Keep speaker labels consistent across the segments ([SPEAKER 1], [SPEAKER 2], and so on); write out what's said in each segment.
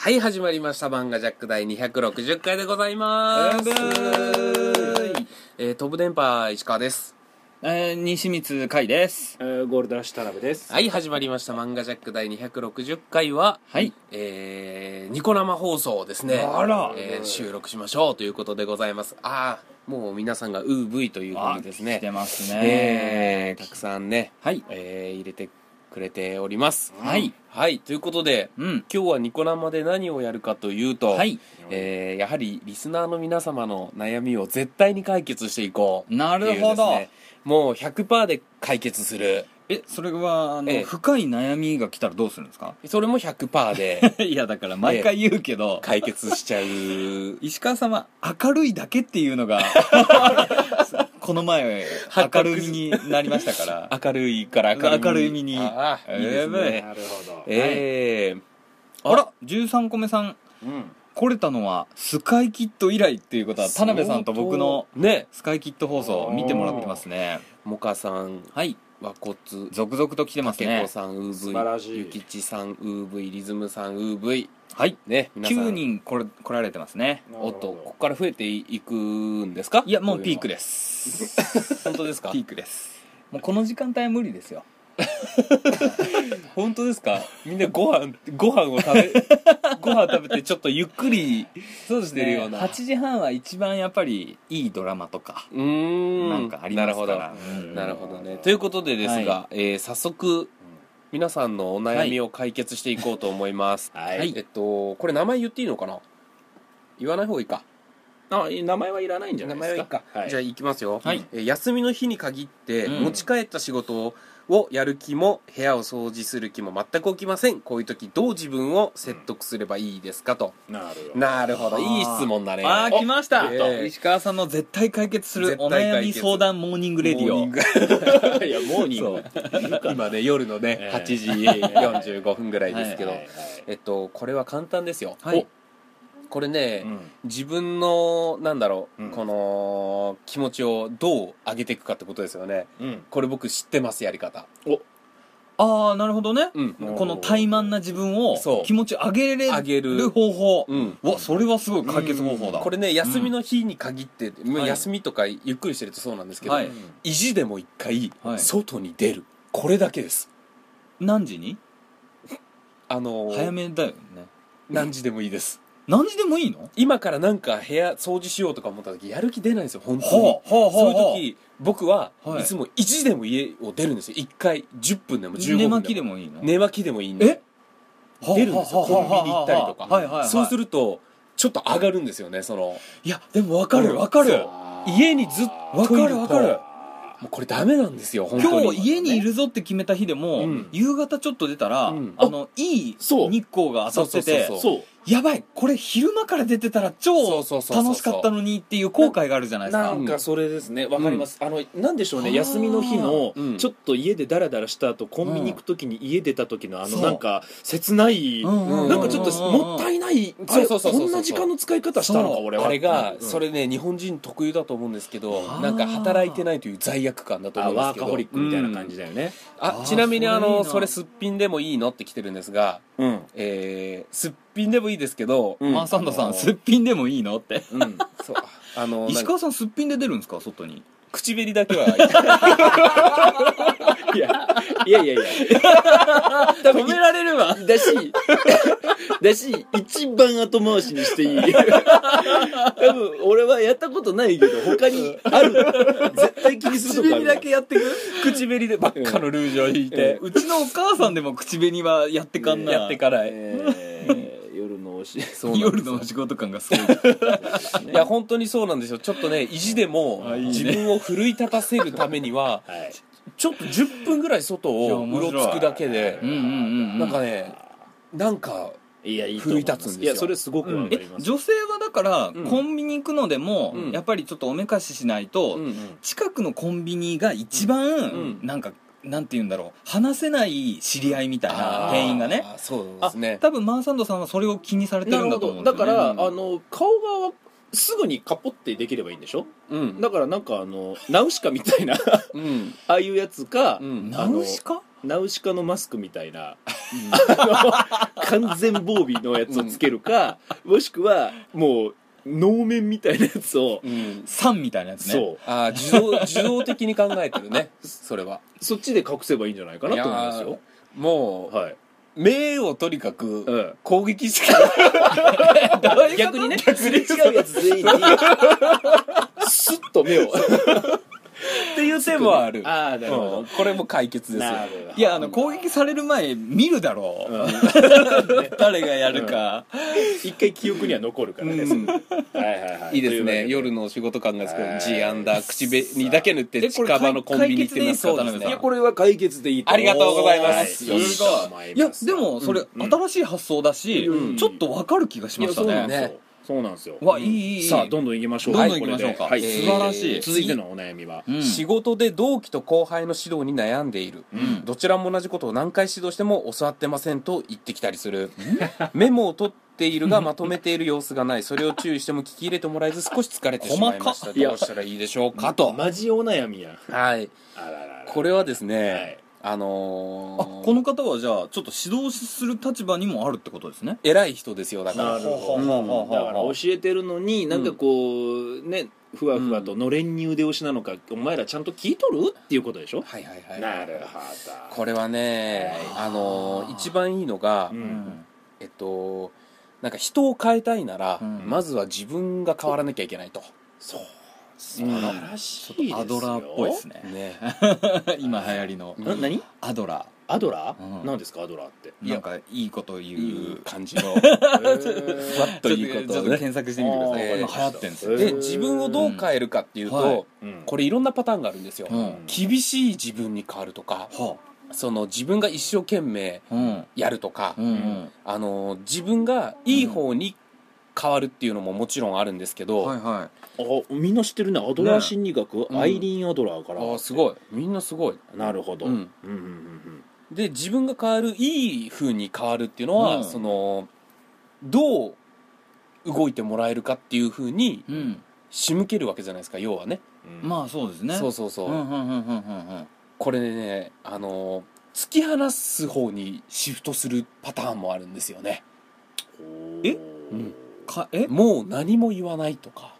[SPEAKER 1] はい、始まりました。漫画ジャック第260回でございます。飛ぶ電波石川です。
[SPEAKER 2] 西光海です。
[SPEAKER 3] ゴールドラッシュ田辺です。
[SPEAKER 1] はい、始まりました漫画ジャック第260回は、
[SPEAKER 2] はい、
[SPEAKER 1] ニコ生放送ですね。
[SPEAKER 2] あら、
[SPEAKER 1] 収録しましょうということでございます。もう皆さんがUV というふうにですね、
[SPEAKER 2] 来てますね。
[SPEAKER 1] たくさんね、
[SPEAKER 2] はい、
[SPEAKER 1] 入れてくれております。
[SPEAKER 2] はい、
[SPEAKER 1] はい、ということで、今日はニコ生で何をやるかというと、
[SPEAKER 2] はい、
[SPEAKER 1] やはりリスナーの皆様の悩みを絶対に解決していこうっていうですね。
[SPEAKER 2] なるほど。
[SPEAKER 1] もう 100% で解決する。
[SPEAKER 2] それは深い悩みが来たらどうするんですか？
[SPEAKER 1] それも 100% で
[SPEAKER 2] いやだから毎回言うけど、
[SPEAKER 1] 解決しちゃう。
[SPEAKER 2] 石川さんは明るいだけっていうのがこの前明るみになりましたから
[SPEAKER 1] 明るいから
[SPEAKER 2] 明るいみに。いい
[SPEAKER 1] ですね。
[SPEAKER 3] なるほど。
[SPEAKER 2] あら13個目さん、来れたのはスカイキッド以来っていうことは田辺さんと僕のスカイキッド放送見てもらってますね。
[SPEAKER 1] モカさん、
[SPEAKER 2] はい、
[SPEAKER 1] 和骨
[SPEAKER 2] 続々と来てますね。
[SPEAKER 1] タケコさん UV、 ゆきちさん UV、 リズムさん UV、
[SPEAKER 2] はい
[SPEAKER 1] ね、皆さん
[SPEAKER 2] 9人来られてますね。
[SPEAKER 1] おっと、ここから増えていくんですか？
[SPEAKER 2] いやもうピークです。
[SPEAKER 1] 本当ですか？
[SPEAKER 2] ピークです。もうこの時間帯は無理ですよ。
[SPEAKER 1] 本当ですか？みんなご飯を食べてちょっとゆっくりしてるような。
[SPEAKER 2] 8時半は一番やっぱりいいドラマとかなんかありますから。
[SPEAKER 1] なるほどね。ということでですが、早速皆さんのお悩みを解決していこうと思います。
[SPEAKER 3] はい。
[SPEAKER 1] これ名前言っていいのかな？言わない方がいいか。
[SPEAKER 3] 名前はいらないんじゃないですか。
[SPEAKER 1] 名前はいいか。
[SPEAKER 3] はい、
[SPEAKER 1] じゃあ行きますよ。
[SPEAKER 2] はい。
[SPEAKER 1] 休みの日に限って持ち帰った仕事をやる気も部屋を掃除する気も全く起きません。こういう時どう自分を説得すればいいですかと。なるほど。いい質問だね。
[SPEAKER 2] 来ました。石川さんの絶対解決するお悩み相談モーニングレディオ。
[SPEAKER 3] いやモーニング。
[SPEAKER 1] 今ね夜のね8時45分ぐらいですけど、これは簡単ですよ。
[SPEAKER 2] はい。
[SPEAKER 1] これね、自分のこの気持ちをどう上げていくかってことですよね。これ僕知ってます、やり方。
[SPEAKER 2] なるほどね。この怠慢な自分を気持ち上げる方法。それはすごい解決方法だ。
[SPEAKER 1] これね、休みの日に限って、休みとかゆっくりしてるとそうなんですけど、意地でも一回外に出る、これだけです。
[SPEAKER 2] 何時に？早めだよね。
[SPEAKER 1] 何時でもいいです。
[SPEAKER 2] 何時でもいいの？
[SPEAKER 1] 今からなんか部屋掃除しようとか思った時やる気出ないんですよ、本当に。そういう時僕はいつも1時でも家を出るんですよ。1回10分でも15分でも。
[SPEAKER 2] 寝巻きでもいいの？
[SPEAKER 1] 寝巻きでもいいんで出るんですよ。コンビニ行ったりとか。そうするとちょっと上がるんですよね。
[SPEAKER 2] いやでも分かる。
[SPEAKER 1] 家にずっといると
[SPEAKER 2] 分かる。
[SPEAKER 1] もうこれダメなんですよ、本当に。
[SPEAKER 2] 今日家にいるぞって決めた日でも、夕方ちょっと出たら、いい日光が当たってて、やばい、これ昼間から出てたら超楽しかったのにっていう後悔があるじゃないですか。
[SPEAKER 3] なんかそれですね、わかります。なんでしょうね、休みの日のちょっと家でダラダラした後コンビニ行く時に家出た時のなんか切ないなんかちょっともったいない、こんな時間の使い方したのか俺は。
[SPEAKER 1] あれがそれね、日本人特有だと思うんですけど、なんか働いてないという罪悪感だと思うんですけど、
[SPEAKER 3] ワーカホリックみたいな感じだよね。
[SPEAKER 1] ちなみにそれすっぴんでもいいのって来てるんですが、すっぴんでもいいですけど、
[SPEAKER 2] マーサンドさんすっぴんでもいいのって。
[SPEAKER 1] そう
[SPEAKER 2] 石川さんすっぴんで出るんですか、外に？
[SPEAKER 1] 口紅だけは。
[SPEAKER 3] いや
[SPEAKER 2] 止められるわ。
[SPEAKER 3] だし一番後回しにしていい。多分俺はやったことないけど他にある。絶対気にするとこある。
[SPEAKER 2] 口紅だけやってく？
[SPEAKER 1] 口紅でばっかのルージュを引いて、
[SPEAKER 2] うちのお母さんでも口紅はやってかんない。
[SPEAKER 1] やってから
[SPEAKER 2] 夜のお仕事感がすごい。
[SPEAKER 1] いや本当にそうなんですよ。ちょっとね、意地でも自分を奮い立たせるためにはちょっと10分ぐらい外をうろつくだけでなんかね、なんか奮い立つんですよ。
[SPEAKER 3] いやそれすごくわかります。
[SPEAKER 2] 女性はだからコンビニ行くのでもやっぱりちょっとおめかししないと、近くのコンビニが一番なんかなんて言うんだろう、話せない知り合いみたいな店員がね。
[SPEAKER 1] そうですね。
[SPEAKER 2] 多分マーサンドさんはそれを気にされてるんだと思うんですよね。
[SPEAKER 3] だから顔がすぐにカポってできればいいんでしょ。だからなんかナウシカみたいなああいうやつか、
[SPEAKER 2] ナウシカ
[SPEAKER 3] ナウシカのマスクみたいな完全防備のやつをつけるか、もしくはもう能面みたいなやつを、
[SPEAKER 2] 酸みたいなやつね。
[SPEAKER 3] そう、
[SPEAKER 1] 受動的に考えてるねそれは。
[SPEAKER 3] そっちで隠せばいいんじゃないかなと思いますよ。
[SPEAKER 1] もう、
[SPEAKER 3] はい、
[SPEAKER 1] 目をとにかく攻撃しか
[SPEAKER 3] 逆にね、すれ違うやつ全員にスッと目を
[SPEAKER 1] っていう手もある。
[SPEAKER 3] ああ、なるほど、
[SPEAKER 1] これも解決ですよ。
[SPEAKER 2] いや、攻撃される前見るだろう、誰がやるか
[SPEAKER 3] 一回記憶には残るからね。
[SPEAKER 1] いいですね。夜の仕事感がつくジアンダー口紅だけ塗って近場のコンビニ行ってみますか。
[SPEAKER 3] いや、これは解決でいいと思う。
[SPEAKER 1] ありがとうございます。
[SPEAKER 2] いや、でもそれ新しい発想だし、ちょっと分かる気がしましたね。
[SPEAKER 3] そうなんですよ。
[SPEAKER 2] わ、いい。
[SPEAKER 3] さあ、どんどん行きましょう。
[SPEAKER 2] どんどん行きましょうか。素晴らしい。
[SPEAKER 3] 続いてのお悩みは、
[SPEAKER 1] 仕事で同期と後輩の指導に悩んでいる。どちらも同じことを何回指導しても教わってませんと言ってきたりする。メモを取っているがまとめている様子がない。それを注意しても聞き入れてもらえず少し疲れてしまいました。どうしたらいいでしょうかと。
[SPEAKER 3] マジお悩みや。
[SPEAKER 1] はい。これはですね、
[SPEAKER 2] この方はじゃあちょっと指導する立場にもあるってことですね。
[SPEAKER 1] 偉い人ですよ。だから
[SPEAKER 3] だから教えてるのになんかこうね、ふわふわとのれんに腕押しなのか、お前らちゃんと聞いとるっていうことでしょ。
[SPEAKER 1] はいはいはい。
[SPEAKER 3] なるほど。
[SPEAKER 1] これはね、一番いいのが、なんか人を変えたいなら、まずは自分が変わらなきゃいけないと。
[SPEAKER 3] そう、素晴らしいですよ。
[SPEAKER 2] アドラーっぽいですね。今流行りの。
[SPEAKER 3] 何？
[SPEAKER 2] アドラー。
[SPEAKER 3] アドラー？何ですかアドラーって？
[SPEAKER 2] なんかいいこと言う
[SPEAKER 1] 感じのふわっといいことをね。
[SPEAKER 2] 検索してみてください。今流行ってんですよ。
[SPEAKER 1] で、自分をどう変えるかっていうと、これいろんなパターンがあるんですよ。厳しい自分に変わるとか、その自分が一生懸命やるとか、自分がいい方に変わるっていうのももちろんあるんですけど、
[SPEAKER 3] みんな知ってるね。アドラー心理学、アイリーン・アドラーから。
[SPEAKER 1] すごい、みんなすごい。
[SPEAKER 3] なるほど。
[SPEAKER 1] で、自分が変わる、いい風に変わるっていうのは、そのどう動いてもらえるかっていう風に仕向けるわけじゃないですか、要はね。
[SPEAKER 2] まあそうですね。
[SPEAKER 1] そうこれね、突き放す方にシフトするパターンもあるんですよね。もう何も言わないとか。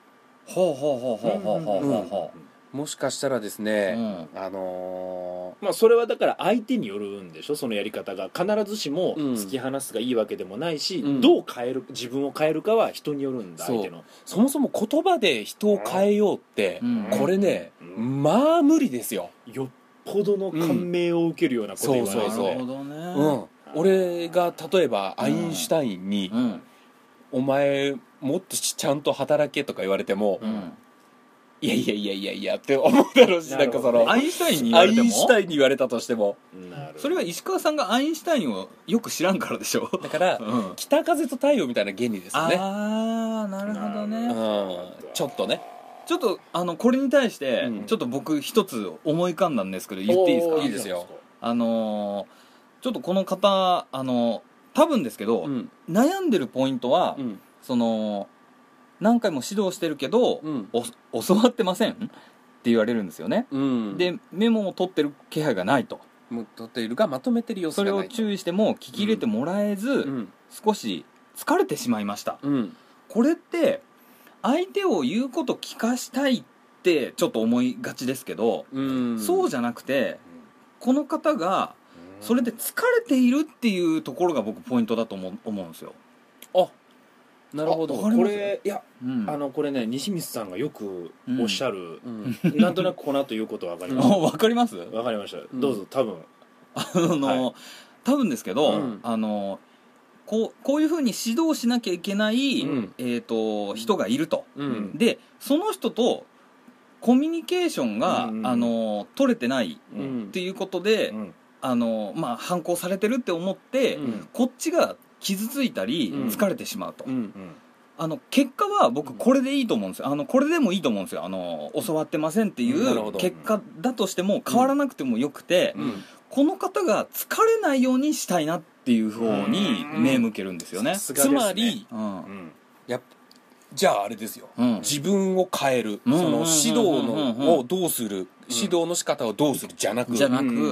[SPEAKER 1] もしかしたらですね、
[SPEAKER 3] まあそれはだから相手によるんでしょ。そのやり方が必ずしも突き放すがいいわけでもないし、どう変える、自分を変えるかは人によるんだ。相手の
[SPEAKER 1] そもそも言葉で人を変えようって、これね、まあ無理ですよ。
[SPEAKER 3] よっぽどの感銘を受けるようなこと言わないとね。
[SPEAKER 1] 俺が例えばアインシュタインに、お前もっとちゃんと働けとか言われても、いやって思うだろうし、なんかその
[SPEAKER 2] アインシュタインに言われても、
[SPEAKER 1] アインシュタインに言われたとしても、
[SPEAKER 2] それは石川さんがアインシュタインをよく知らんからでしょ。
[SPEAKER 1] だから、北風と太陽みたいな原理ですよね。
[SPEAKER 2] ああ、なるほどね。
[SPEAKER 1] ちょっとね、
[SPEAKER 2] ちょっとこれに対してちょっと僕一つ思い浮かんだんですけど、言っていいですか？
[SPEAKER 1] いいですよ。
[SPEAKER 2] ちょっとこの方多分ですけど、悩んでるポイントは、その何回も指導してるけど、教わってませんって言われるんですよね。で、メモを取ってる気配がないと。
[SPEAKER 1] 取っているがまとめてる様子がないと。
[SPEAKER 2] それを注意しても聞き入れてもらえず、少し疲れてしまいました。これって相手を言うこと聞かしたいってちょっと思いがちですけど、そうじゃなくて、この方がそれで疲れているっていうところが僕ポイントだと思うんですよ。
[SPEAKER 1] なるほど。
[SPEAKER 3] これいや、これね、西光さんがよくおっしゃる、なんとなくこの後言うことは分かります。
[SPEAKER 2] 分かります？
[SPEAKER 3] 分かりました。どうぞ。多分
[SPEAKER 2] 多分ですけど、こういうふうに指導しなきゃいけない、人がいると、でその人とコミュニケーションが、取れてないっていうことで、反抗されてるって思って、こっちが傷ついたり疲れてしまうと、結果は僕これでいいと思うんですよ。これでもいいと思うんですよ。教わってませんっていう結果だとしても変わらなくてもよくて、この方が疲れないようにしたいなっていう方に目向ける、んですよね。
[SPEAKER 1] つまり、じゃああれですよ、自分を変える、その指導のをどうする、指導の仕方をどうするじゃなく、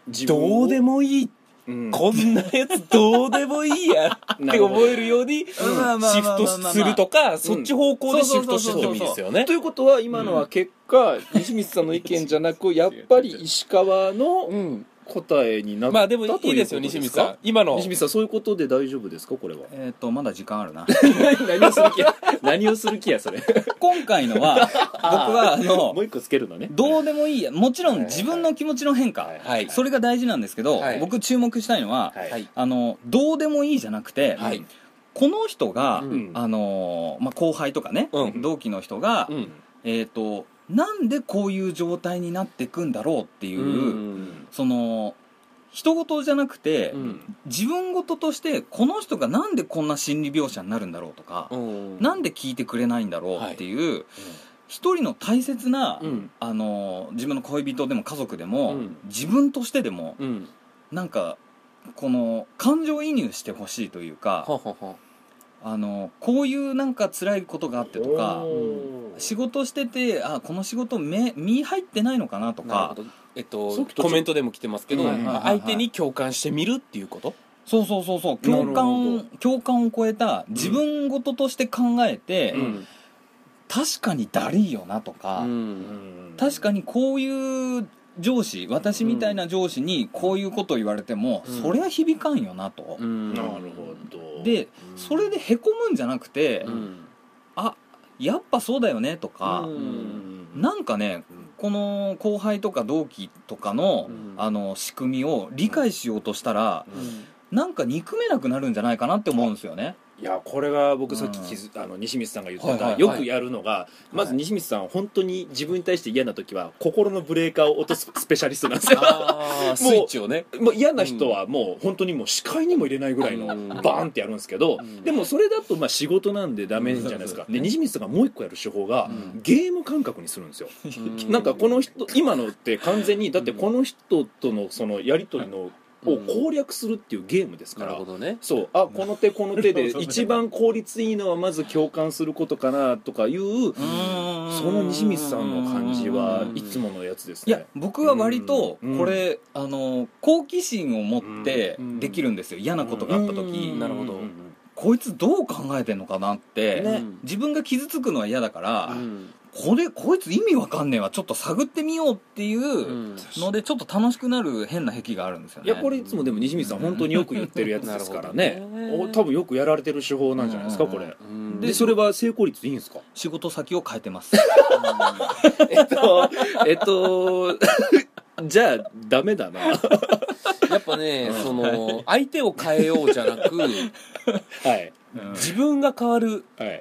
[SPEAKER 1] どうでもいい、こんなやつどうでもいいやって思えるようにシフトするとか、そっち方向でシフトしてってもいいですよね。
[SPEAKER 3] ということは今のは結果、西光さんの意見じゃなくやっぱり石川の答えになったということですか。
[SPEAKER 1] まあでもいいですよ、西光さん。今の
[SPEAKER 3] 西光さん、そういうことで大丈夫ですか、これは。
[SPEAKER 2] まだ時間あるな
[SPEAKER 3] 何をする気やそれ。
[SPEAKER 2] 今回のは僕は
[SPEAKER 3] もう一個つけるのね。
[SPEAKER 2] どうでもいいや、もちろん自分の気持ちの変化、それが大事なんですけど、僕注目したいのは、どうでもいいじゃなくて、この人が、後輩とかね、同期の人が、なんでこういう状態になっていくんだろうっていう、その人事じゃなくて、自分事としてこの人がなんでこんな心理描写になるんだろうとか、なんで聞いてくれないんだろうっていう、一人の大切な、自分の恋人でも家族でも、自分としてでも、なんかこの感情移入してほしいというか、こういうなんか辛いことがあってとか、仕事しててこの仕事身入ってないのかなとか、
[SPEAKER 1] コメントでも来てますけど、相手に共感してみるっていうこと。
[SPEAKER 2] そう共感を超えた自分事として考えて、確かにだりーよなとか、確かにこういう上司、私みたいな上司にこういうことを言われても、それは響かんよなと、
[SPEAKER 3] なるほど。
[SPEAKER 2] でそれでへこむんじゃなくて、やっぱそうだよねとか、なんかね、この後輩とか同期とかの、仕組みを理解しようとしたら、なんか憎めなくなるんじゃないかなって思うんですよね。
[SPEAKER 3] いや、これが僕さっき西光さんが言ってた、よくやるのが、まず西光さんは本当に自分に対して嫌な時は心のブレーカーを落とすスペシャリストなんですよ。
[SPEAKER 1] スイッチをね。
[SPEAKER 3] もう嫌な人はもう本当にもう視界にも入れないぐらいのバーンってやるんですけど、でもそれだとまあ仕事なんでダメじゃないですか。で西光さんがもう一個やる手法が、ゲーム感覚にするんですよ。なんかこの人今のって完全にだってこの人とのそのやり取りのを攻略するっていうゲームですから。
[SPEAKER 1] なるほどね。
[SPEAKER 3] そう、この手この手で一番効率いいのはまず共感することかなとかいう、その西光さんの感じはいつものやつですね。
[SPEAKER 2] いや、僕は割とこれ、好奇心を持ってできるんですよ。嫌なことがあった時、
[SPEAKER 1] なるほど、
[SPEAKER 2] こいつどう考えてんのかなって、自分が傷つくのは嫌だから、こいつ意味わかんねえわ、ちょっと探ってみようっていうので、ちょっと楽しくなる変な癖があるんですよね。
[SPEAKER 3] いや、これいつもでも西光さん本当によく言ってるやつですからね。多分よくやられてる手法なんじゃないですか、これ。でそれは成功率いいんですか？
[SPEAKER 2] 仕事先を変えてます。
[SPEAKER 3] じゃあダメだな。
[SPEAKER 1] やっぱね、その相手を変えようじゃなく、自分が変わる、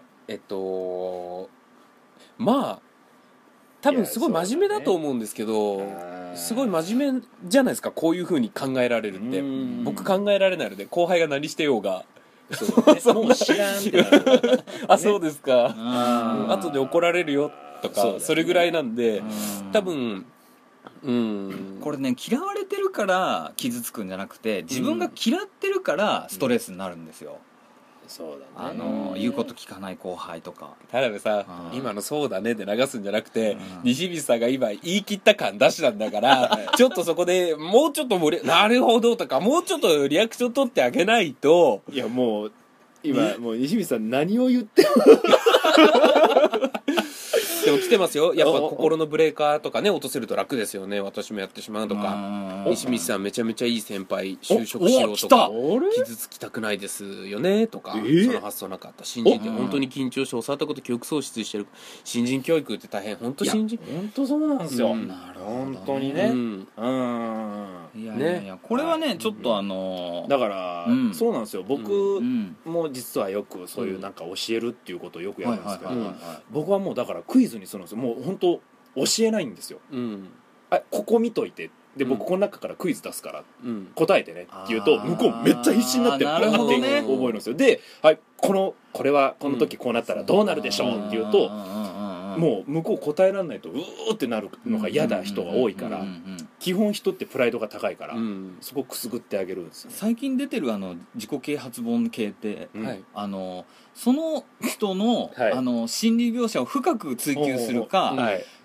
[SPEAKER 1] まあ多分すごい真面目だと思うんですけど、すごい真面目じゃないですか、こういう風に考えられるって。僕考えられないので、後輩が何してようが
[SPEAKER 3] もう知らんってなる。
[SPEAKER 1] そうですか、後で怒られるよとか、それぐらいなんで、多分
[SPEAKER 2] これね、嫌われてるから傷つくんじゃなくて、自分が嫌ってるからストレスになるんですよ。
[SPEAKER 3] そうだね、
[SPEAKER 2] 言うこと聞かない後輩とか。
[SPEAKER 1] ただでさ、今のそうだねで流すんじゃなくて、西光さんが今言い切った感出したんだから、ちょっとそこでもうちょっとなるほどとか、もうちょっとリアクション取ってあげないと。
[SPEAKER 3] いや、もう今もう西光さん何を言っても
[SPEAKER 1] でも来てますよ。やっぱ心のブレーカーとかね、落とせると楽ですよね。私もやってしまうとか。西光さんめちゃめちゃいい先輩、就職しようとか、傷つきたくないですよねとか、その発想なかった。新人って本当に緊張して教わったこと記憶喪失してる。新人教育って大変。本当新人。
[SPEAKER 3] 本当そうなんですよ。なるほど。本当にね。
[SPEAKER 2] いやこれはね、ちょっと
[SPEAKER 3] だからそうなんですよ。僕も実はよくそういうなんか教えるっていうことをよくやるんですけど、僕はもうだからクイズにするんですよ。もう本当教えないんですよ。ここ見といて、で僕この中からクイズ出すから答えてねって言うと、向こうめっちゃ必死になってバーって覚えるんですよ。で、これはこの時こうなったらどうなるでしょうって言うと、もう向こう答えられないとうーってなるのが嫌な人が多いから、基本人ってプライドが高いから、そこくすぐってあげるんですよ。
[SPEAKER 2] 最近出てる自己啓発本系って、その人の、心理描写を深く追求するか、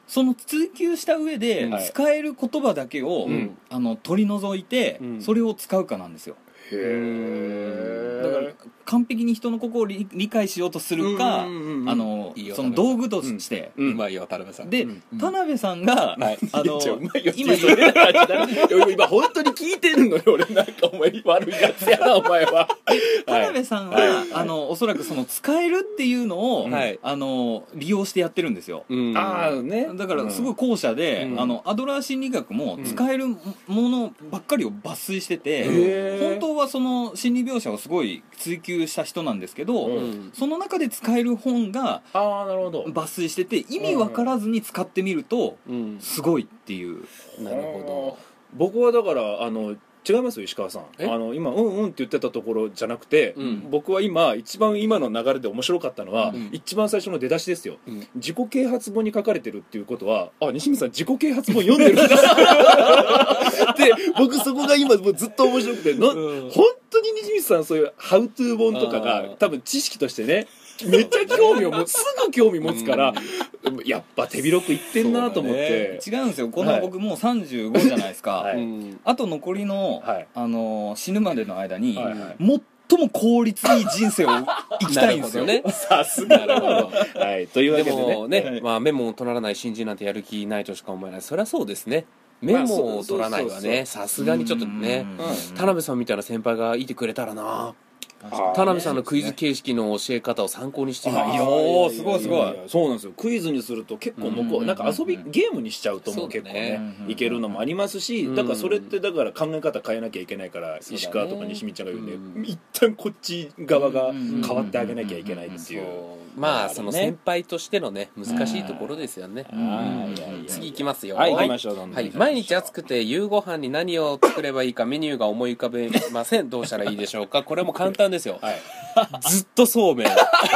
[SPEAKER 2] その追求した上で使える言葉だけを、取り除いて、それを使うかなんですよ。
[SPEAKER 3] へえ。
[SPEAKER 2] だから完璧に人の心を理解しようとするか、その道具として、
[SPEAKER 1] うまいよ田辺さん
[SPEAKER 2] で、田辺さんが、
[SPEAKER 3] うまいよ今今本当に聞いてるのよ俺。なんかお前悪いやつやなお前は。
[SPEAKER 2] 田辺さんはおそらくその使えるっていうのを利用してやってるんですよ。
[SPEAKER 3] ああね。
[SPEAKER 2] だからすごい後者で、アドラー心理学も使えるものばっかりを抜粋してて、本当はその心理描写をすごい追求した人なんですけど、その中で使える本が抜粋してて、意味わからずに使ってみるとすごいっていう。
[SPEAKER 1] なるほど。
[SPEAKER 3] 僕はだから違いますよ石川さん。今って言ってたところじゃなくて、僕は一番今の流れで面白かったのは、一番最初の出だしですよ。自己啓発本に書かれてるっていうことは、西水さん自己啓発本読んでるんだで、僕そこが今もうずっと面白くて、本当に西水さんそういうハウトゥー本とかが多分知識としてね、めっちゃすぐ興味持つから、やっぱ手広くいってんなと思って。
[SPEAKER 2] 違うんですよ。この僕もう35じゃないですか。あと残りの死ぬまでの間に最も効率いい人生を生きたいんですよね。
[SPEAKER 3] さすが。なるほど。というわけで
[SPEAKER 1] ね、メモを取らない新人なんてやる気ないとしか思えない。そりゃそうですね。メモを取らないはね、さすがにちょっとね、田辺さんみたいな先輩がいてくれたらな。田辺さんのクイズ形式の教え方を参考にしてみます。
[SPEAKER 2] すごいすごい。
[SPEAKER 3] そうなんですよ。クイズにすると結構向こうなんかゲームにしちゃうともう結構ねいけるのもありますし、だからそれってだから考え方変えなきゃいけないから、石川とか西見ちゃんが言うんで、一旦こっち側が変わってあげなきゃいけないっていう。
[SPEAKER 1] その先輩としてのね難しいところですよね。次行きますよ。
[SPEAKER 3] 行きましょう。
[SPEAKER 1] 毎日暑くて夕ご飯に何を作ればいいかメニューが思い浮かべません。どうしたらいいでしょうか。これも簡単ですよ。ずっとそうめん。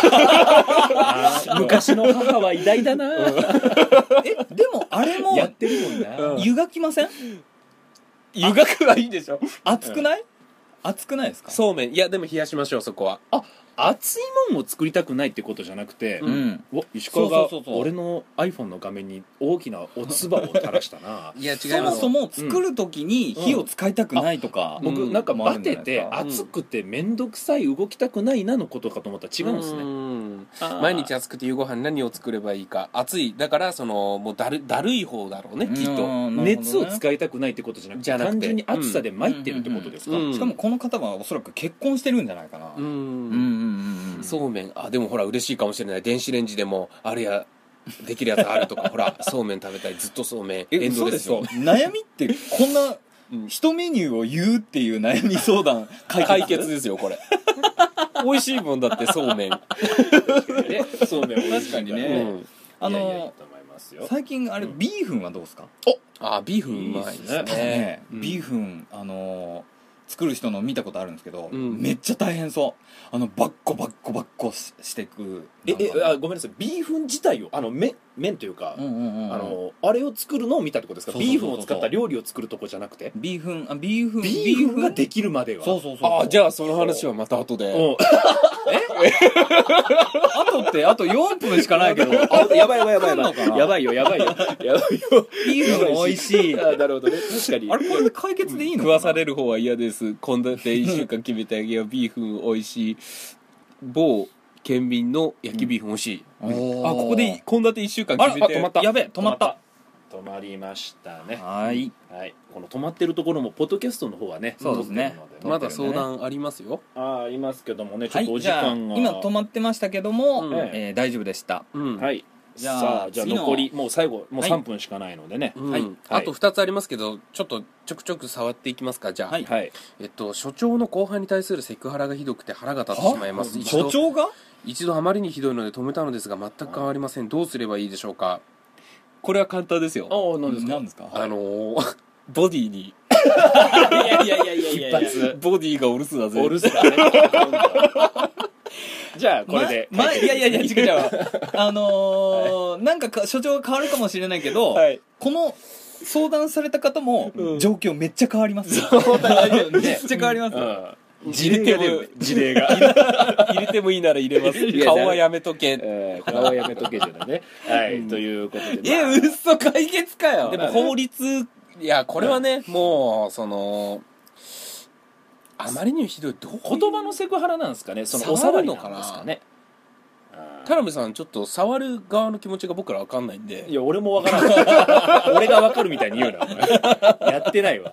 [SPEAKER 3] 昔の母は偉大だな。
[SPEAKER 2] でもあれも
[SPEAKER 3] やってるもんな。
[SPEAKER 2] 湯がきません？
[SPEAKER 1] 湯がくはいいでしょ。
[SPEAKER 2] 熱くないですか？
[SPEAKER 1] そうめん。いやでも冷やしましょうそこは。
[SPEAKER 3] 熱いもんを作りたくないってことじゃなくて、石川が俺の iPhone の画面に大きなおつばを垂らしたな。
[SPEAKER 1] いや違います。
[SPEAKER 2] そもそも作る時に火を使いたくないとか、
[SPEAKER 3] 僕なんかバテて熱くて面倒くさい動きたくないなのことかと思ったら違うんですね。
[SPEAKER 1] 毎日暑くて夕ご飯何を作ればいいか。暑いだからもうだるい方だろうねきっと。
[SPEAKER 3] 熱を使いたくないってことじゃなくて単純に暑さで参ってるってことですか。
[SPEAKER 2] しかもこの方はおそらく結婚してるんじゃないかな。
[SPEAKER 1] そうめんでもほら嬉しいかもしれない。電子レンジでもあるやできるやつあるとかほらそうめん食べたいずっとそうめんエンドレスよ。
[SPEAKER 2] 悩みってこんな一メニューを言うっていう悩み相談
[SPEAKER 1] 解決ですよこれ。美味しいもんだってそうめん。
[SPEAKER 3] そうめん
[SPEAKER 2] 確かにね。最近あれビーフンはどうですか？
[SPEAKER 1] ビーフンうまいですね。
[SPEAKER 2] ビーフン作る人の見たことあるんですけど、めっちゃ大変そう。バッコしていく。
[SPEAKER 3] ごめんなさい。ビーフン自体を麺というかあれを作るのを見たってことですか？ビーフンを使った料理を作るとこじゃなくて
[SPEAKER 2] ビーフン
[SPEAKER 3] ができるまでは。
[SPEAKER 2] そう
[SPEAKER 1] じゃあその話はまた後で。
[SPEAKER 2] あと4分しかないけど。
[SPEAKER 3] やばいよ。ビ
[SPEAKER 2] ーフン美味しい。
[SPEAKER 3] なるほどね。確かに。
[SPEAKER 2] あれこれで解決でいいの？
[SPEAKER 1] 食わされる方は嫌です。献立1週間決めてあげよう。ビーフン美味しい。某県民の焼きビーフン美味しい。ここで献立1週間決めて。
[SPEAKER 2] 止まった。やべえ止まった。
[SPEAKER 3] 止まりましたね。
[SPEAKER 2] はい。
[SPEAKER 3] この止まってるところもポッドキャストの方はね。
[SPEAKER 2] そうですね。
[SPEAKER 1] まだ相談ありますよ。
[SPEAKER 3] いますけどもね。ちょっとお時間が。
[SPEAKER 2] 今止まってましたけども大丈夫でした。
[SPEAKER 3] はい。じゃあ残りもう最後もう3分しかないのでね。
[SPEAKER 1] あと2つありますけどちょっとちょくちょく触っていきますか。じゃあ所長の後輩に対するセクハラがひどくて腹が立ってしまいます。
[SPEAKER 2] 所長が
[SPEAKER 1] 一度あまりにひどいので止めたのですが全く変わりません。どうすればいいでしょうか。これは簡単ですよ。
[SPEAKER 2] 何ですか？
[SPEAKER 1] ボディに
[SPEAKER 2] いや
[SPEAKER 1] 一発ボディがお留守だぜ。
[SPEAKER 3] お留守だね。じゃあこれで
[SPEAKER 2] いや違う。なんか所長が変わるかもしれないけど、この相談された方も状況めっちゃ変わります。
[SPEAKER 3] そうだね。
[SPEAKER 2] めっちゃ変わります。
[SPEAKER 3] 事例が
[SPEAKER 1] 入れてもいいなら入れます顔はやめとけ、
[SPEAKER 3] 顔はやめとけじゃないねはい、ということで、
[SPEAKER 2] 嘘解決かよ。
[SPEAKER 1] でも法律いやこれはね、もうそのあまりにもひどい。
[SPEAKER 3] 言葉のセクハラなんですかね、そのお触りなんですかね。
[SPEAKER 1] 田辺さんちょっと触る側の気持ちが僕ら分かんないんで。
[SPEAKER 3] いや俺も分からない俺が分かるみたいに言うなやってないわ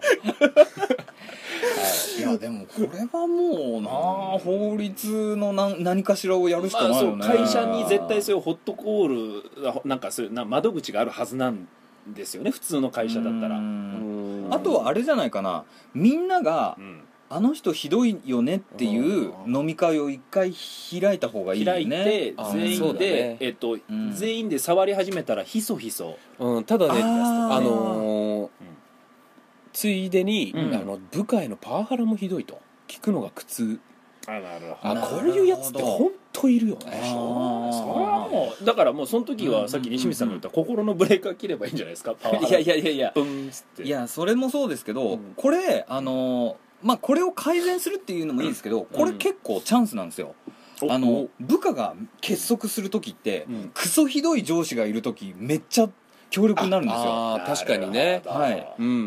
[SPEAKER 2] いやでもこれはもうな法律の何かしらをやるしかないよね、
[SPEAKER 3] 会社に絶対そういうホットコールなんかそういう窓口があるはずなんですよね、普通の会社だったら。
[SPEAKER 2] あとはあれじゃないかな、みんなが、あの人ひどいよねっていう飲み会を一回開いた方がいいよね。
[SPEAKER 3] 開いて全員で、全員で触り始めたらひそひそ、
[SPEAKER 1] ただねついでに、部下へのパワハラもひどいと聞くのが苦痛。
[SPEAKER 3] なるほど。
[SPEAKER 1] こういうやつって本当いるよね。それ
[SPEAKER 3] はもうだからもうそその時はさっき西光さんが言った心のブレーカー切ればいいんじゃないですか。パワハラ
[SPEAKER 2] いや
[SPEAKER 3] ブンっつって。
[SPEAKER 2] いやそれもそうですけど、これこれを改善するっていうのもいいですけど、これ結構チャンスなんですよ。部下が結束する時って、クソひどい上司がいる時めっちゃ強力になるんですよ。
[SPEAKER 1] 確かにね。
[SPEAKER 2] はい。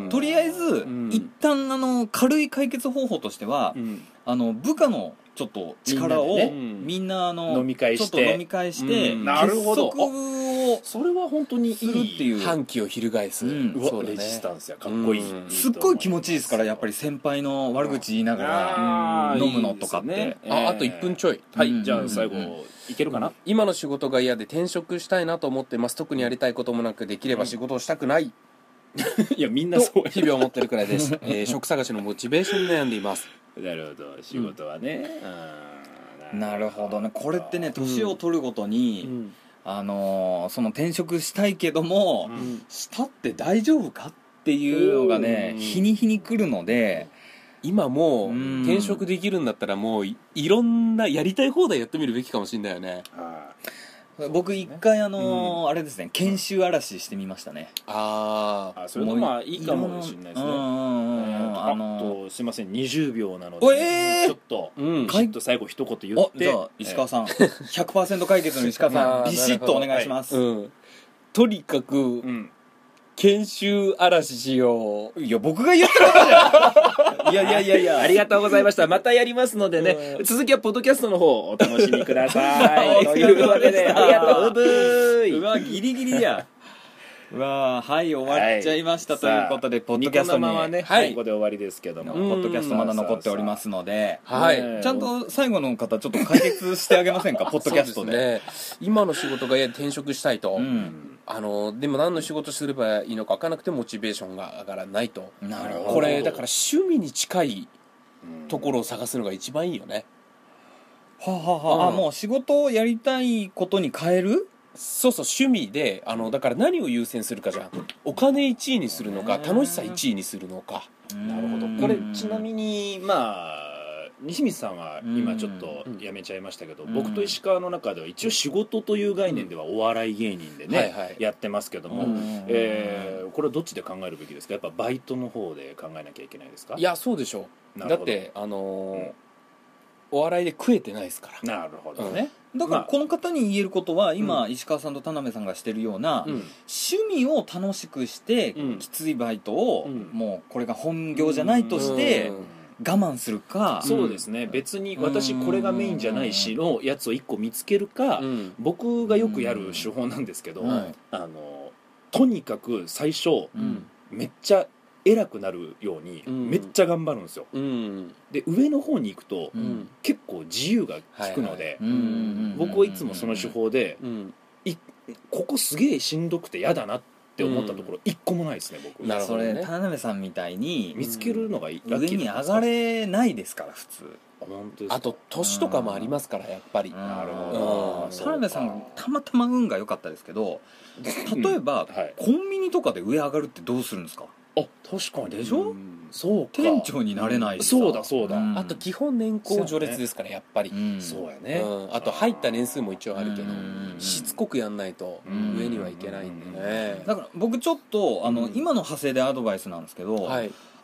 [SPEAKER 2] とりあえず、一旦軽い解決方法としては、部下のちょっと力をみんな
[SPEAKER 3] 飲み会して
[SPEAKER 2] ちょっと飲み会して結束を
[SPEAKER 3] それは本当にいい
[SPEAKER 2] するっていう
[SPEAKER 1] 反旗を翻す。
[SPEAKER 3] レジスタンスやかっこいい。
[SPEAKER 2] すっごい気持ちいいですから、やっぱり先輩の悪口言いながら飲むのとかって。
[SPEAKER 1] あと1分ちょい。
[SPEAKER 3] はい、じゃあ最後いけるかな。
[SPEAKER 1] 今の仕事が嫌で転職したいなと思ってます。特にやりたいこともなく、できれば仕事をしたくない
[SPEAKER 3] いやみんなそう
[SPEAKER 1] 日々思ってるくらいです。職探しのモチベーションに悩んでいます。
[SPEAKER 3] なるほど、仕事はね。
[SPEAKER 2] なるほどね。これってね、年を取るごとに、その転職したいけども、したって大丈夫かっていうのがね、日に日に来るので、
[SPEAKER 1] 今もう転職できるんだったらもういろんなやりたい放題やってみるべきかもしれないよね。
[SPEAKER 2] 僕一回あれですね、研修嵐してみましたね。
[SPEAKER 3] それもまあいいかもしれないですね。すいません20秒なので、ちょっと最後一言言って。
[SPEAKER 2] じゃあ石川さん 100% 解決の石川さんビシッとお願いします。
[SPEAKER 1] とにかく研修嵐しよう。
[SPEAKER 2] いや僕が言ったことじゃん。いや
[SPEAKER 3] ありがとうございました。またやりますのでね、続きはポッドキャストの方お楽しみください。というわけでありがとう。うぶーい。
[SPEAKER 2] うわギリギリや。うわはい終わっちゃいました、ということでポッドキャストに
[SPEAKER 3] はね、ここで終わりですけども、
[SPEAKER 2] ポッドキャストまだ残っておりますので、ちゃんと最後の方ちょっと解決してあげませんか。ポッドキャストで
[SPEAKER 1] 今の仕事が転職したいと、でも何の仕事すればいいのか分からなくてモチベーションが上がらないと。
[SPEAKER 2] なるほど。
[SPEAKER 1] これだから趣味に近いところを探すのが一番いいよね。
[SPEAKER 2] もう仕事をやりたいことに変える。
[SPEAKER 1] そう趣味でだから何を優先するかじゃん。お金1位にするのか楽しさ1位にするのか。
[SPEAKER 3] なるほど。これちなみに西光さんは今ちょっとやめちゃいましたけど、僕と石川の中では一応仕事という概念ではお笑い芸人でねやってますけども、これはどっちで考えるべきですか。やっぱバイトの方で考えなきゃいけないですか。
[SPEAKER 1] いやそうでしょう。だってお笑いで食えてないですから。
[SPEAKER 3] なるほどね。
[SPEAKER 2] だからこの方に言えることは、今石川さんと田辺さんがしてるような、趣味を楽しくして、きついバイトを、もうこれが本業じゃないとして我慢するか。
[SPEAKER 3] そうですね。別に私これがメインじゃないしのやつを1個見つけるか、僕がよくやる手法なんですけど、とにかく最初、めっちゃ偉くなるようにめっちゃ頑張るんですよ。で上の方に行くと結構自由が利くので、僕はいつもその手法でここすげえしんどくて嫌だなって思ったところ一個もないですね。僕
[SPEAKER 2] なるほどね。田辺さんみたいに
[SPEAKER 3] 見つけるのがいい。
[SPEAKER 2] 上に上がれないですから普通。
[SPEAKER 1] あと年とかもありますからやっぱり。
[SPEAKER 2] なるほど。田辺さんたまたま運が良かったですけど、例えばコンビニとかで上上がるってどうするんですか。
[SPEAKER 3] 確かに
[SPEAKER 2] でしょ。
[SPEAKER 3] そうか。
[SPEAKER 2] 店長になれないし。
[SPEAKER 3] そうだそうだ。
[SPEAKER 1] あと基本年功序列ですからやっぱり。
[SPEAKER 3] そうやね。
[SPEAKER 1] あと入った年数も一応あるけど、しつこくやんないと上にはいけないんでね。
[SPEAKER 2] だから僕ちょっと今の派生でアドバイスなんですけど、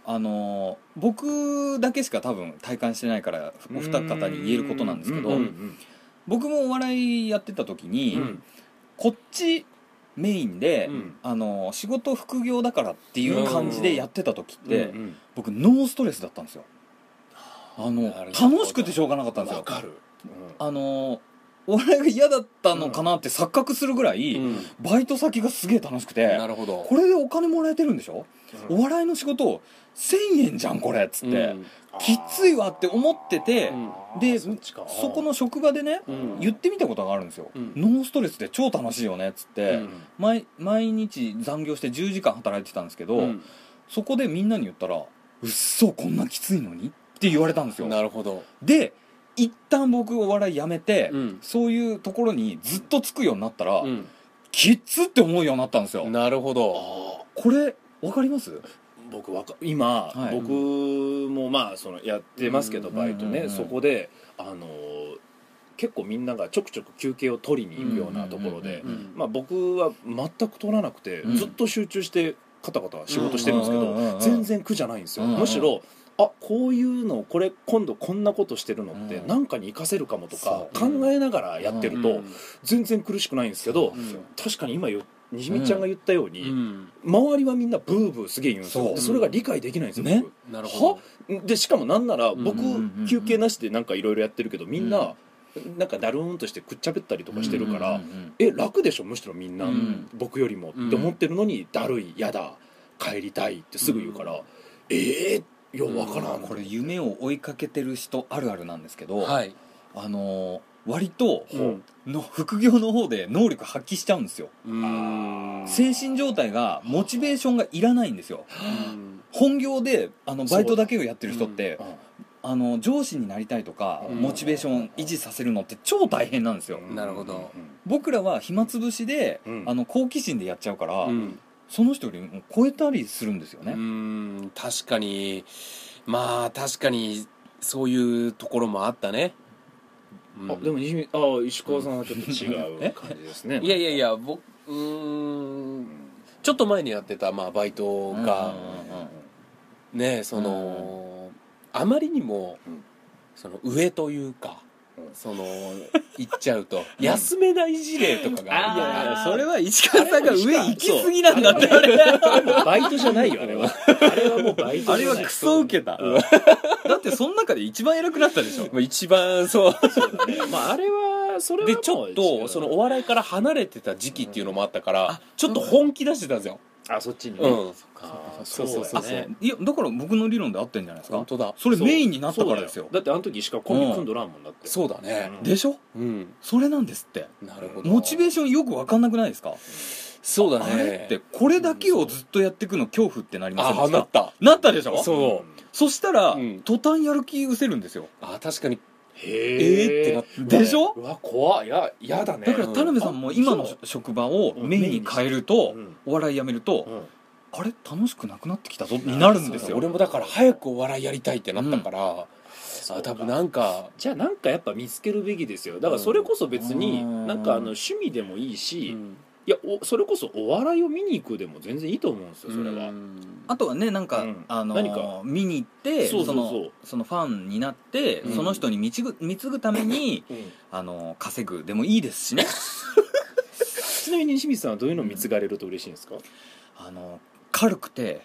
[SPEAKER 2] 僕だけしか多分体感してないからお二方に言えることなんですけど、僕もお笑いやってた時に、こっちメインで、仕事副業だからっていう感じでやってた時って、僕ノーストレスだったんですよ。楽しくてしょうがなかったんですよ。
[SPEAKER 3] わかる。
[SPEAKER 2] お笑いが嫌だったのかなって錯覚するぐらい、バイト先がすげえ楽しくて、
[SPEAKER 1] なるほど、
[SPEAKER 2] これでお金もらえてるんでしょ、お笑いの仕事1000円じゃんこれっつって、きついわって思ってて、で そこの職場でね、言ってみたことがあるんですよ、ノーストレスで超楽しいよねっつって、毎日残業して10時間働いてたんですけど、そこでみんなに言ったらうっそこんなきついのにって言われたんですよ。
[SPEAKER 1] なるほど。
[SPEAKER 2] で一旦僕お笑いやめて、そういうところにずっとつくようになったら、きつって思うようになったんですよ。
[SPEAKER 1] なるほど。
[SPEAKER 2] これ分かります？
[SPEAKER 3] 僕今、僕もまあそのやってますけど、バイトね、そこで結構みんながちょくちょく休憩を取りに行くようなところで、まあ僕は全く取らなくて、ずっと集中してカタカタ仕事してるんですけど、全然苦じゃないんですよ。むしろこういうのこれ今度こんなことしてるのって何かに活かせるかもとか考えながらやってると全然苦しくないんですけど、確かに今西見ちゃんが言ったように、周りはみんなブーブーすげえ言うんですよ。それが理解できないんですよね。
[SPEAKER 1] なるほ
[SPEAKER 3] ど。でしかもなんなら僕休憩なしでなんかいろいろやってるけど、みんななんかだるーんとしてくっちゃべったりとかしてるから、楽でしょむしろみんな、僕よりもって思ってるのに、だるい、やだ、帰りたいってすぐ言うから、ようわからん。
[SPEAKER 2] これ夢を追いかけてる人あるあるなんですけど、
[SPEAKER 1] はい、
[SPEAKER 2] 割との副業の方で能力発揮しちゃうんですよ。精神状態がモチベーションがいらないんですよ。本業でバイトだけをやってる人って、上司になりたいとかモチベーション維持させるのって超大変なんですよ。
[SPEAKER 1] なるほど。
[SPEAKER 2] 僕らは暇つぶしで好奇心でやっちゃうから、その人よりも超えたりするんですよね。
[SPEAKER 1] 確かに、まあ確かにそういうところもあったね。
[SPEAKER 3] でも石川さんはちょっと違う感じですね。
[SPEAKER 1] いや僕ちょっと前にやってた、バイトがね、あまりにもその上というか、行っちゃうと休めない事例とかが
[SPEAKER 2] いやそれは石川さんが上行き過ぎなんだって。
[SPEAKER 3] バイトじゃないよあれは。あれはもうバイトじゃない。
[SPEAKER 2] あれはクソ受けた。だってその中で一番偉くなったでしょ。
[SPEAKER 1] 一番そうだね。
[SPEAKER 3] あれはそれは
[SPEAKER 1] でちょっとそのお笑いから離れてた時期っていうのもあったから、ちょっと本気出してたんですよ。
[SPEAKER 3] そっちに
[SPEAKER 1] そう
[SPEAKER 2] いやだから僕の理論で合ってんじゃないですか。
[SPEAKER 1] 本当だ。
[SPEAKER 2] それメインになったからですよ。
[SPEAKER 3] だってあの時しかコンビ組んどらんもんだって。
[SPEAKER 1] そうだね。
[SPEAKER 2] でしょ。それなんですって。
[SPEAKER 1] なるほど。
[SPEAKER 2] モチベーションよく分かんなくないですか。
[SPEAKER 1] そうだね。
[SPEAKER 2] あれってこれだけをずっとやっていくの恐怖ってなりませんでした？
[SPEAKER 1] なった
[SPEAKER 2] でしょ。
[SPEAKER 1] そう。
[SPEAKER 2] そしたら途端やる気失せるんですよ。
[SPEAKER 1] 確かに。
[SPEAKER 2] ってなってでしょ。
[SPEAKER 3] うわ怖い。やだね。
[SPEAKER 2] だから田辺さんも今の職場をメインに変えると、お笑いやめると、あれ楽しくなくなってきたぞになるんですよ。
[SPEAKER 1] 俺もだから早くお笑いやりたいってなったから、多分なんか
[SPEAKER 3] じゃあなんかやっぱ見つけるべきですよ。だからそれこそ別になんか趣味でもいいし、いやそれこそお笑いを見に行くでも全然いいと思うんですよ。それは
[SPEAKER 2] あとはねなんか何か見に行ってそのファンになってその人に貢ぐために稼ぐでもいいですしね。
[SPEAKER 3] ちなみに西光さんはどういうのを貢がれると嬉しいんですか？
[SPEAKER 2] 軽くて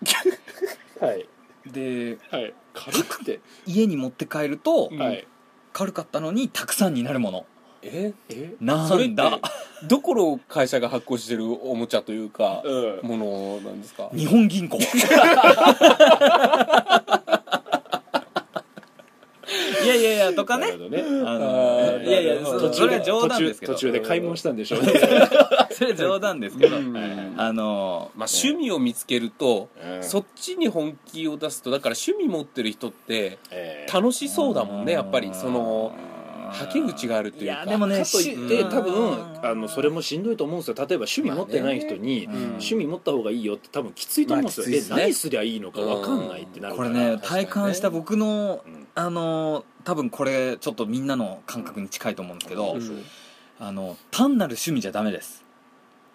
[SPEAKER 3] で軽くて
[SPEAKER 2] 家に持って帰ると軽かったのにたくさんになるもの。なんだ
[SPEAKER 1] どこの会社が発行してるおもちゃというかものなんですか？
[SPEAKER 2] 日本銀行。いやとかね。それは冗談ですけど
[SPEAKER 3] 途中で買い物したんでしょうね。
[SPEAKER 2] それは冗談ですけど
[SPEAKER 1] 趣味を見つけるとそっちに本気を出すとだから趣味持ってる人って楽しそうだもんね。やっぱりはけ口があるというか。
[SPEAKER 2] いやでもね
[SPEAKER 3] かといって多分それもしんどいと思うんですよ。例えば趣味持ってない人に趣味持った方がいいよって多分きついと思うんですよ。何すりゃいいのか分かんないってなるから。
[SPEAKER 2] これね体感した僕の多分これちょっとみんなの感覚に近いと思うんですけど単なる趣味じゃダメです。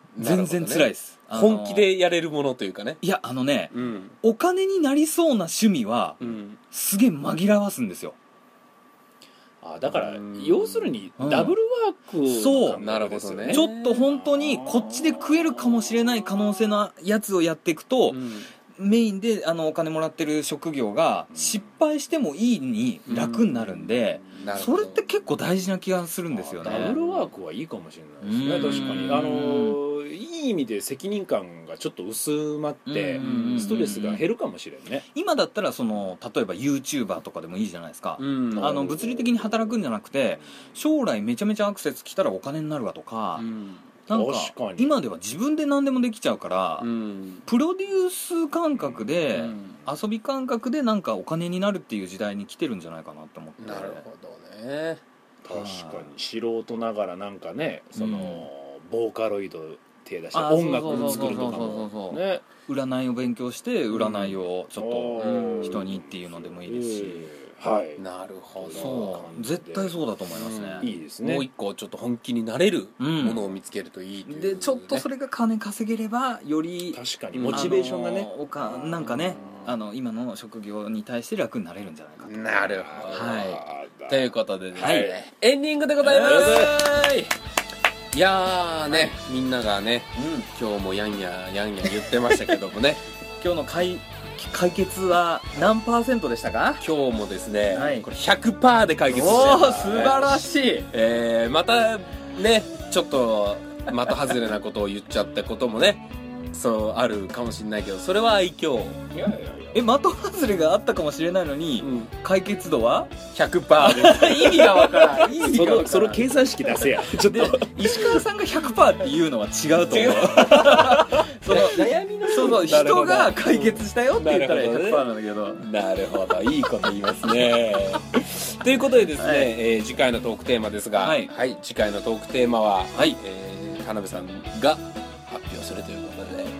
[SPEAKER 2] 全然辛いです。
[SPEAKER 1] 本気でやれるものというかね。
[SPEAKER 2] いやお金になりそうな趣味は、すげえ紛らわすんですよ。
[SPEAKER 3] だから要するにダブルワーク、
[SPEAKER 2] そう、
[SPEAKER 1] なるほどね。
[SPEAKER 2] ちょっと本当にこっちで食えるかもしれない可能性のやつをやっていくと、メインでお金もらってる職業が失敗してもいいに楽になるんで、それって結構大事な気がするんですよね。
[SPEAKER 3] ダブルワークはいいかもしれないですね。確かにいい意味で責任感がちょっと薄まってストレスが減るかもしれんね。
[SPEAKER 2] 今だったら例えば YouTuber とかでもいいじゃないですか。物理的に働くんじゃなくて、将来めちゃめちゃアクセス来たらお金になるわとか、なんか今では自分で何でもできちゃうから、プロデュース感覚で、遊び感覚でなんかお金になるっていう時代に来てるんじゃないかなって思って。
[SPEAKER 1] なるほどね。
[SPEAKER 3] 確かに素人ながらなんかね、ボーカロイド手出して音楽を作るとかもね、
[SPEAKER 2] 占いを勉強して占いをちょっと人にっていうのでもいいですし、
[SPEAKER 1] なるほど。
[SPEAKER 2] そう絶対そうだと思いますね。
[SPEAKER 3] いいですね。
[SPEAKER 1] もう一個ちょっと本気になれるものを見つけるといいという、
[SPEAKER 2] でちょっとそれが金稼げればより
[SPEAKER 3] 確かにモチベーションがね、
[SPEAKER 2] なんかね今の職業に対して楽になれるんじゃないかと。
[SPEAKER 1] なるほど。ということでですね、エンディングでございます。いやーね、みんながね、今日もやんや言ってましたけどもね
[SPEAKER 2] 今日の解決は何%でしたか？
[SPEAKER 1] 今日もですね、これ 100% で解決してます。
[SPEAKER 2] おー、素晴らしい。
[SPEAKER 1] またね、ちょっと的外れなことを言っちゃったこともねそうあるかもしれないけど、それは愛嬌。
[SPEAKER 2] 的外れがあったかもしれないのに、解決度は
[SPEAKER 1] 100% です。
[SPEAKER 2] 意味がわからん。
[SPEAKER 3] その計算式出せや。ちょっと
[SPEAKER 2] 石川さんが 100% っていうのは違うと思う。
[SPEAKER 1] その悩みの
[SPEAKER 2] 人が解決したよって言ったら 100% なんだけど。
[SPEAKER 1] なるほど、いいこと言いますね。ということでですね、次回のトークテーマですが、次回のトークテーマは田辺さんが発表するということで、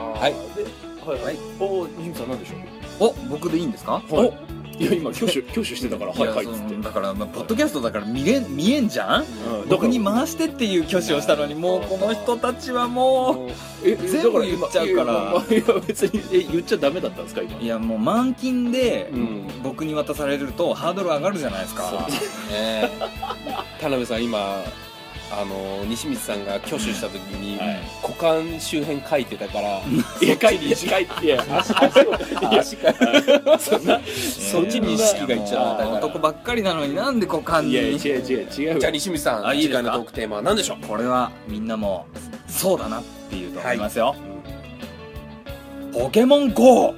[SPEAKER 3] ジムさん何でしょう？
[SPEAKER 2] 僕でいいんですか？
[SPEAKER 3] いや今挙手してたからはいっつって。
[SPEAKER 2] だからポッドキャストだから見えんじゃん。僕に回してっていう挙手をしたのに、もうこの人たちはもう全部言っちゃうから。
[SPEAKER 3] いや別に言っちゃダメだったんですか今？
[SPEAKER 2] いやもう満金で僕に渡されるとハードル上がるじゃないですか。
[SPEAKER 1] 田辺さん今西光さんが挙手した時に股間周辺書いてたから、
[SPEAKER 3] 書いて足か
[SPEAKER 1] そっちに意識がいっちゃったから。
[SPEAKER 2] 男ばっかりなのになんで股間に。
[SPEAKER 3] いや違う。
[SPEAKER 1] じゃあ西光さん、次回のトークテーマは何でしょう？
[SPEAKER 2] これはみんなもそうだなっていうと思いますよ。ポケモン GO。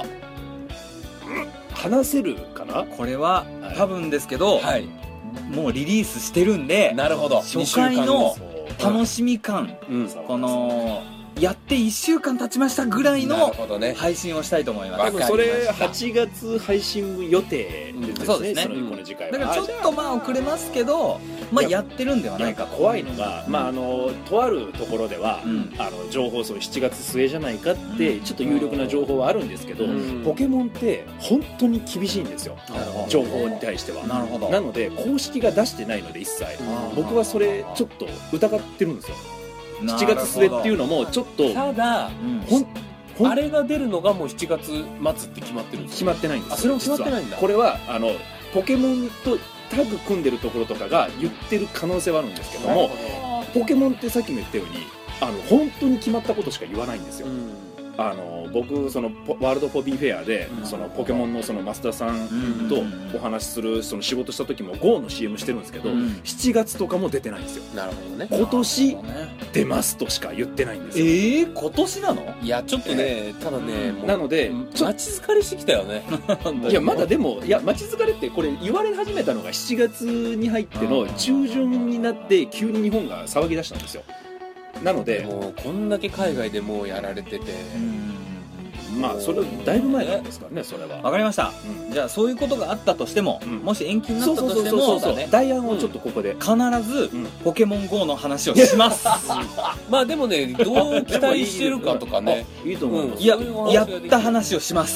[SPEAKER 3] 話せるかな？
[SPEAKER 2] これは多分ですけど、もうリリースしてるんで、
[SPEAKER 1] なるほど、
[SPEAKER 2] 初回の楽しみ感、このやって1週間経ちましたぐらいの配信をしたいと思います。
[SPEAKER 3] 多分それ8月配信予定ですね。
[SPEAKER 2] そうですね。
[SPEAKER 3] この次回は
[SPEAKER 2] だからちょっと遅れますけど、やってるんではないかと。
[SPEAKER 3] 怖いのがとあるところでは情報7月末じゃないかってちょっと有力な情報はあるんですけど、ポケモンって本当に厳しいんですよ、情報に対しては。
[SPEAKER 2] なるほど。
[SPEAKER 3] なので公式が出してないので一切、僕はそれちょっと疑ってるんですよ。7月末っていうのもちょっと、
[SPEAKER 1] ただあれが出るのがもう7月末って決まってるんです
[SPEAKER 3] か？決まってないんですよ。
[SPEAKER 1] それも決まってないんだ。
[SPEAKER 3] これはポケモンとタッグ組んでるところとかが言ってる可能性はあるんですけども、ポケモンってさっきも言ったように本当に決まったことしか言わないんですよ。僕そのワールドフォービーフェアでそのポケモンのその増田さんとお話しするその仕事した時も GO の CM してるんですけど、7月とかも出てないんですよ。
[SPEAKER 1] なるほどね。
[SPEAKER 3] 今年出ますとしか言ってないんですよ。
[SPEAKER 2] 今年なの？
[SPEAKER 1] いやちょっとね、ただね、
[SPEAKER 3] なので
[SPEAKER 1] 待ち疲れしてきたよね。
[SPEAKER 3] いやまだでも待ち疲れってこれ言われ始めたのが7月に入っての中旬になって急に日本が騒ぎ出したんですよ。なので
[SPEAKER 1] もうこんだけ海外でもうやられてて、
[SPEAKER 3] それだいぶ前なんですからね。それは
[SPEAKER 2] わかりました。じゃあそういうことがあったとしても、もし延期になったとしても
[SPEAKER 3] 代案をちょっとここで
[SPEAKER 2] 必ずポケモン GO の話をします。
[SPEAKER 1] でもね、どう期待してるかとかね、
[SPEAKER 3] いいと思う。
[SPEAKER 2] いややった話をします。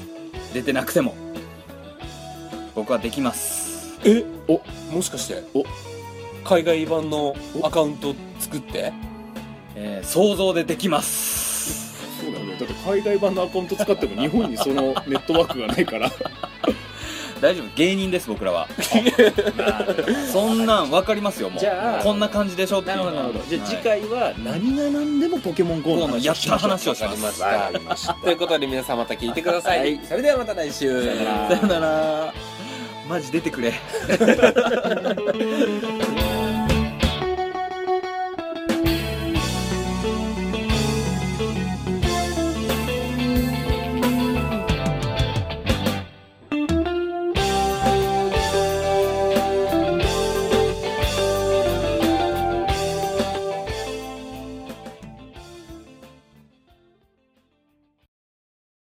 [SPEAKER 2] 出てなくても僕はできます。
[SPEAKER 1] もしかして海外版のアカウント作って
[SPEAKER 2] 想像でできます。
[SPEAKER 3] そうだね、だって海外版のアカウント使っても日本にそのネットワークがないから
[SPEAKER 2] 大丈夫、芸人です僕らはそんなん分かりますよ。もう
[SPEAKER 3] じゃあ
[SPEAKER 2] こんな感じでしょっていうのは。
[SPEAKER 3] なるほど。じゃあ次回は何が何でもポケモン GO の
[SPEAKER 2] やった話をします。
[SPEAKER 1] わかりましたということで皆さんまた聞いてください、それではまた来週、
[SPEAKER 2] さよなら。マジ出てくれ